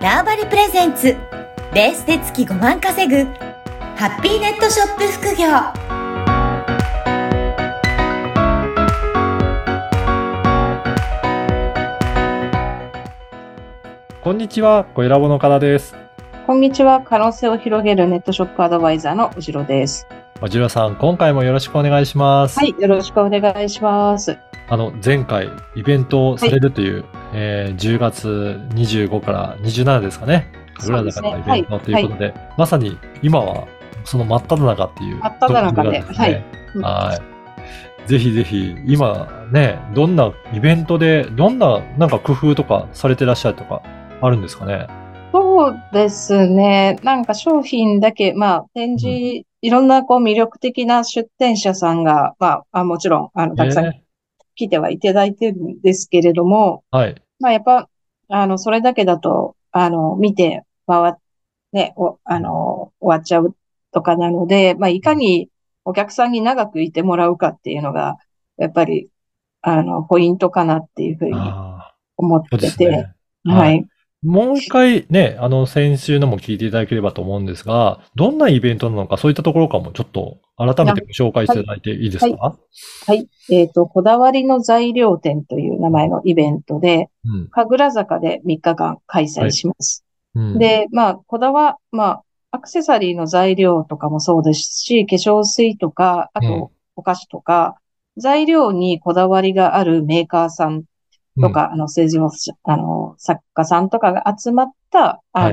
ターバリプレゼンツベースで月5万稼ぐハッピーネットショップ副業。 こんにちは、小ラボの岡田です。 こんにちは。可能性を広げるネットショップアドバイザーのおじろです。 おじろさん、今回もよろしくお願いします。 はい、よろしくお願いします。 前回イベントをされるという、10月25から27ですかね。神楽坂のイベントということで、まさに今はその真っ只中っていう真っ只中で、 はい。ぜひぜひ、今ね、どんなイベントで、なんか工夫とかされてらっしゃるとかあるんですかね。 そうですね。なんか商品だけ、展示、いろんな魅力的な出店者さんが、もちろん、たくさん来てはいただいてるんですけれども、 はい。 やっぱ、それだけだと、見て終わっちゃうとかなので、いかにお客さんに長くいてもらうかっていうのが、やっぱり、ポイントかなっていうふうに思っそうでてて、 すね。はい。 はい。 もう一回ね、先週のも聞いていただければと思うんですが、どんなイベントなのか、そういったところからもちょっと改めてご紹介していただいていいですはい。 か？ はい。こだわりの材料展という名前のイベントで、 うん。 神楽坂で3日間開催はい。 します。 うん。 で、アクセサリーの材料とかもそうですし、化粧水とか、あうん。 と、お菓子とか、材料にこだわりがあるメーカーさんうん。 とか、政治の、作家さんとかが集まった、 はい。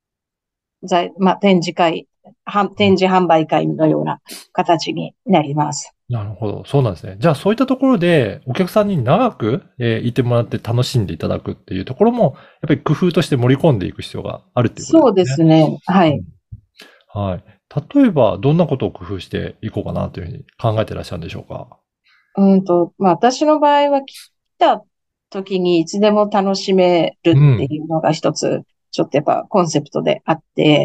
展示会、展示販売会のような形になります。 なるほど。そうなんですね。じゃあ、そういったところで、お客さんに長く、いてもらって楽しんでいただくっていうところも、やっぱり工夫として盛り込んでいく必要があるっていうことでそうですね。 すね。はい。 うん。はい。例えば、どんなことを工夫していこうかなというふうに考えていらっしゃるんでしょうか？ 私の場合は来た時にいつでも楽しめるってうん。 いうのが一つ、ちょっとやっぱコンセプトであって、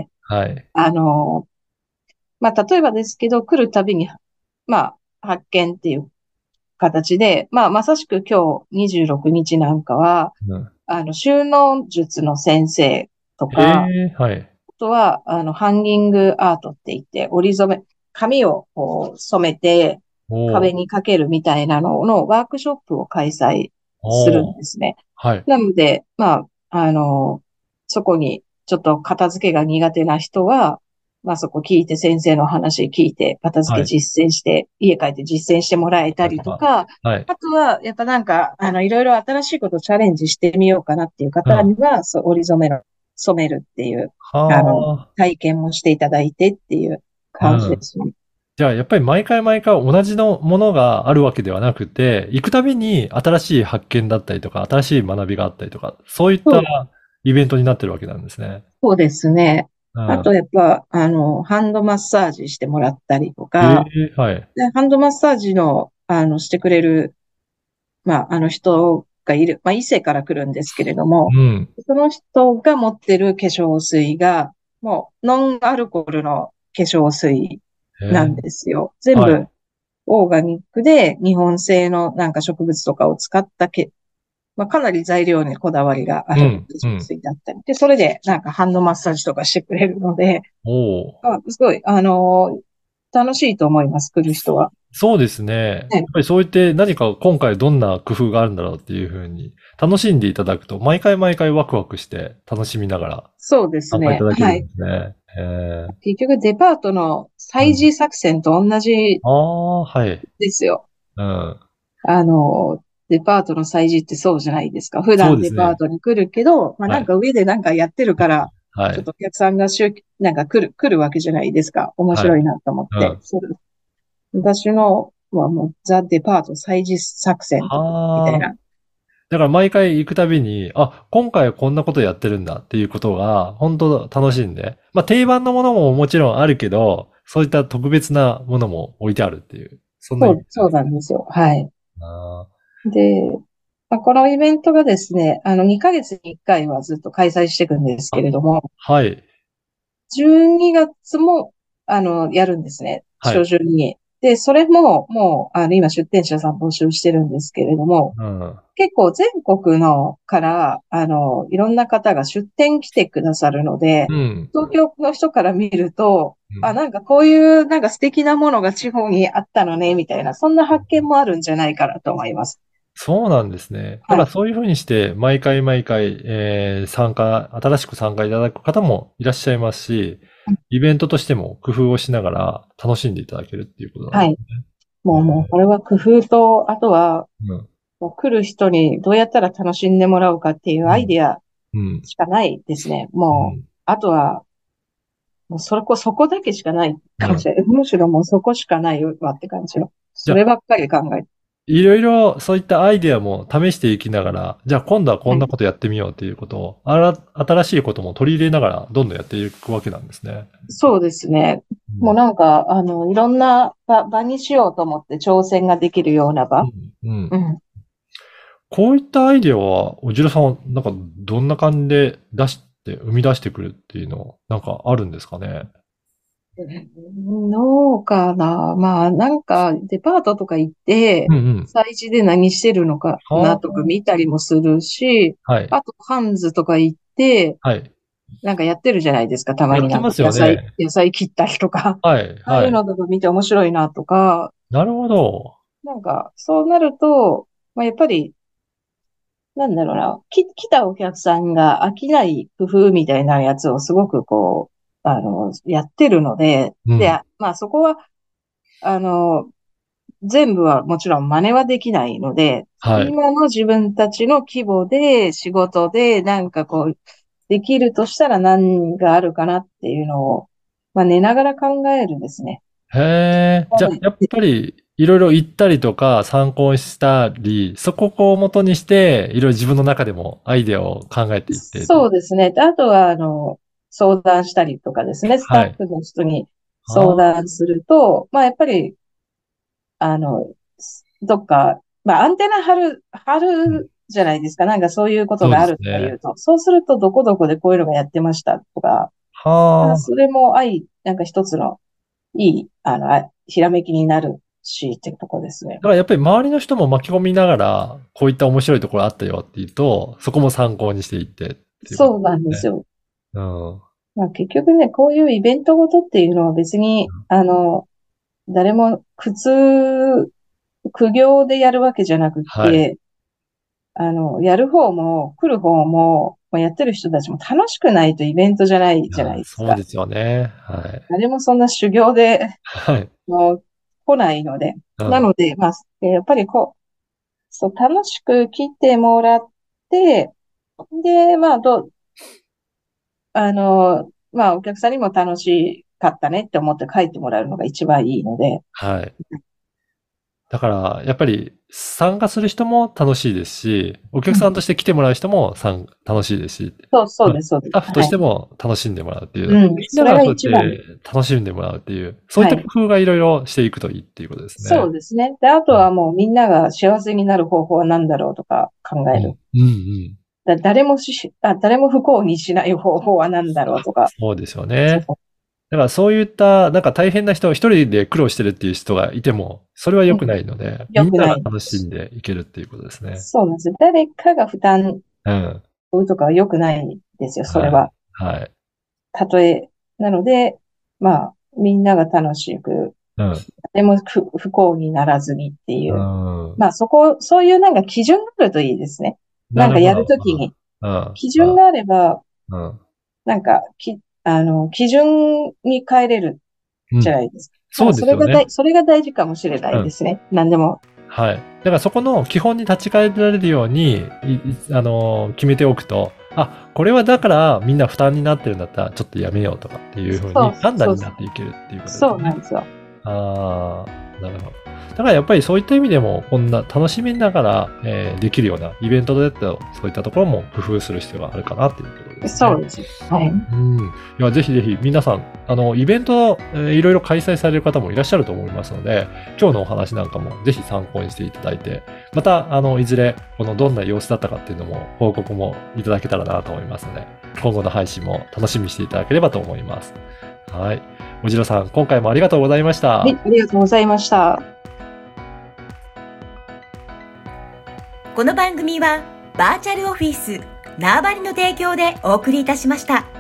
はい。 あの、例えばですけど、来るたびに、発見っていう形で、まさしく今日26日なんかは、 うん。 収納術の先生とへか、 え、はい。 あとは、ハンギングアートって言って、折り染め、紙をこう染めておー。 壁にかけるみたいなののワークショップを開催するおー。 んですね。 はい。 なので、そこにちょっと片付けが苦手な人は、そこ聞いて先生の話聞いて片付けはい。 実践して、家帰って実践してもらえたりとか、 はい。 あとは、やっぱいろいろ新しいことをチャレンジしてみようかなっていううん。 方には、そう、折り染めの、染めるっていう、 は体験もしていただいてっていうあ。 感うん。 じですね。 じゃあ、やっぱり毎回毎回同じのものがあるわけではなくて、行くたびに新しい発見だったりとか、新しい学びがあったりとか、そういったそう、 イベントになってるわけなんですね。 そうですね。あと、 うん。 やっぱ、ハンドマッサージしてもらったりとえか、 え、はい。 でハンドマッサージの、してくれる、人がいる。異性から来るんですけれども、 うん。 その人が持ってる化粧水が、もう、ノンアルコールの化粧水へえ、 なんですよ。全部、 はい。 オーガニックで、日本製の植物とかを使ったかなり材料にこだわりがある化うん、う粧ん。 水だったり。で、それで、ハンドマッサージとかしてくれるので、 おー。 すごい、楽しいと思います、来る人は。 そうですね。やね、 っぱりそう言って何か今回どんな工夫があるんだろうっていうふうに楽しんでいただくと、毎回毎回ワクワクして楽しみながらそうです参加いたね。 だけるんではい。 すね。 結局、デパートのうん。 催事作戦と同じああ、はい。 ですよ。 うん。 デパートの催事ってそうじゃないですか。普段デパーそうですね。 トに来るけど、 はい。 上でやってるから、 はい。 ちょっとお客さんが来るわけじゃないですか。面はい。 白いなと思って。 うん。 私のはもうザ・デパート催事作戦みたいはあ。 な。 だから毎回行くたびに、あ、今回はこんなことやってるんだっていうことが、本当楽しんで。まあ定番のものももちろんあるけど、そういった特別なものも置いてあるっていう、そんなイメージそうです。 なんですよ。はい。 あで、このイベントがですね、2ヶ月に1回はずっと開催していくんですあ。あ、 けれども、 はい。 12月も、やるんですね。初はい。 旬に。 で、それも、もう、今出店者さん募集してるんですけれども、 うん。 結構全国のから、いろんな方が出店来てくださるので、 うん。 東京の人から見ると、あ、 うん。 なんかこういう、なんか素敵なものが地方にあったのね、みたいな、そんな発見もあるんじゃないかなと思います。 そうなんですね。だはい。 からそういうふうにして、毎回毎回、新しく参加いただく方もいらっしゃいますし、イベントとしても工夫をしながら楽しんでいただけるっていうことなんはい。 ですね。 もう、これは工夫と、あとは、 うん。 もう来る人にどうやったら楽しんでもらうかっていううん。 アイデアうん。 しかないですね。もう、 うん。 あとは、もうそこだけしかないうん。 かもしれない。むしろもうそこしかないわって感じの。 じゃあ、 そればっかり考えて。 いろいろそういったアイデアも試していきながら、じゃあ今度はこはい。 んなことやってみようっていうことを、新しいことも取り入れながらどんどんやっていくわけなんですね。 そうですね。もううん。 なんか、いろんな場にしようと思って挑戦ができるような場。 うん。うん。 うん。 こういったアイデアは、おじろさんは、なんか、どんな感じで生み出してくるっていうの、なんかあるんですかね。 どうかな。まあ、なんか、デパートとか行って、 うんうん。 催事で何してるのかなとかはあ、 見たりもするし、 はい。 あと、ハンズとか行って、 はい。 なんかやってるじゃないですか。たまになんやってますよかね。 野菜切ったりとか。 はい、 ああいはい。 うのとか見て面白いなとか、 なるほど。 なんか、そうなると、まあ、やっぱり、なんだろうな、来たお客さんが飽きない工夫みたいなやつをすごくこう、やってるので、で、 うん。 まあそこは、あの、全部はもちろん真似はできないので、 はい。 今の自分たちの規模で仕事でなんかこう、できるとしたら何があるかなっていうのを、まあ寝ながら考えるんですね。 へえ。じゃあ、やっぱり、いろいろ言ったりとか参考にしたり、そこをこう元にして、いろいろ自分の中でもアイデアを考えていってっていう。 そうですね。であとは、相談したりとかですね。スタはい。 ッフの人に相ああ、 談すると、まあ、やっぱり、どっか、まあ、アンテナ張うん。 るじゃないですか。なんかそういうことそうでがあるとか言すね。 うと。そうすると、どこどこでこういうのがやってましたとか、あ、 はあ。 それもなんか一つのいい、ひらめきになるし、っていうところですね。 だからやっぱり周りの人も巻き込みながら、こういった面白いところあったよっていうと、そこも参考にしていってっていうことでそうなんですね。 すよ。 うん。 まあ、結局ね、こういうイベントごとっていうのは別に、誰も苦行でやるわけじゃなくっはい。 て、やる方も来る方も、まあ、やってる人たちも楽しくないとイベントじゃないじゃないや、 いですか。 そうですよね。はい。 誰もそんな修行ではい。 もう来ないので。 うん。 なので、まあ、やっぱりこう、そう、楽しく来てもらって、で、まあ、まあ、お客さんにも楽しかったねって思って帰ってもらうのが一番いいので。 はい。だから、やっぱり参加する人も楽しいですし、お客さんとして来てもらう人も楽しいですし、 そうまあ、 です、そうです。 スタッフとはい。 しても楽しんでもらうっていう、 うん。 みんなそれががそうや一番。 って楽しんでもらうっていう、そういったはい。 工夫がいろいろしていくといいっていうことですね。 そうですね。で、あとはもうみんなが幸せになる方法は何だろうとか考うん。 える。 うんうん。 誰も不幸にしない方法は何だろうとか。 そうですよね。 そこ。 だからそういった、なんか大変な人、一人で苦労してるっていう人がいても、それは良くうん。 ないので、みんなが良くない楽しんし。 でいけるっていうことですね。 そうなんです。誰かが負担うん。 を負うとかは良くないですよ、それはい。 は。 はい。 たとえ。なので、まあ、みんなが楽しく、 うん。 でも不幸にならずにっていうう。 ん。 まあ、そういうなんか基準があるといいですね。なんかやるなるほど。 ときに。 うん。 基準があれば、 うん。 なんか、基準に変えれるうん。 じゃないですか。なんそうですよね。 それが大事かもしれなうん。 いですね。何でも。 はい。だからそこの基本に立ち返られるように、決めておくと、あ、これはだからみんな負担になってるんだったらちょっとやめようとかっていうふうに判断になっていけるっていうことですそうなね。 んですよ。 ああ、なるほど。だからやっぱりそういった意味でも、こんな楽しみながら、できるようなイベントだと、そういったところも工夫する必要があるかなっていうことですね。 そうです。はい。 うん。いや、ぜひぜひ皆さん、イベント、いろいろ開催される方もいらっしゃると思いますので、今日のお話なんかもぜひ参考にしていただいて、また、いずれ、このどんな様子だったかっていうのも、報告もいただけたらなと思いますので、今後の配信も楽しみにしていただければと思います。はい。 おじろさん、今回もありがとうございました。 はい、ありがとうございました。 この番組はバーチャルオフィス縄張りの提供でお送りいたしました。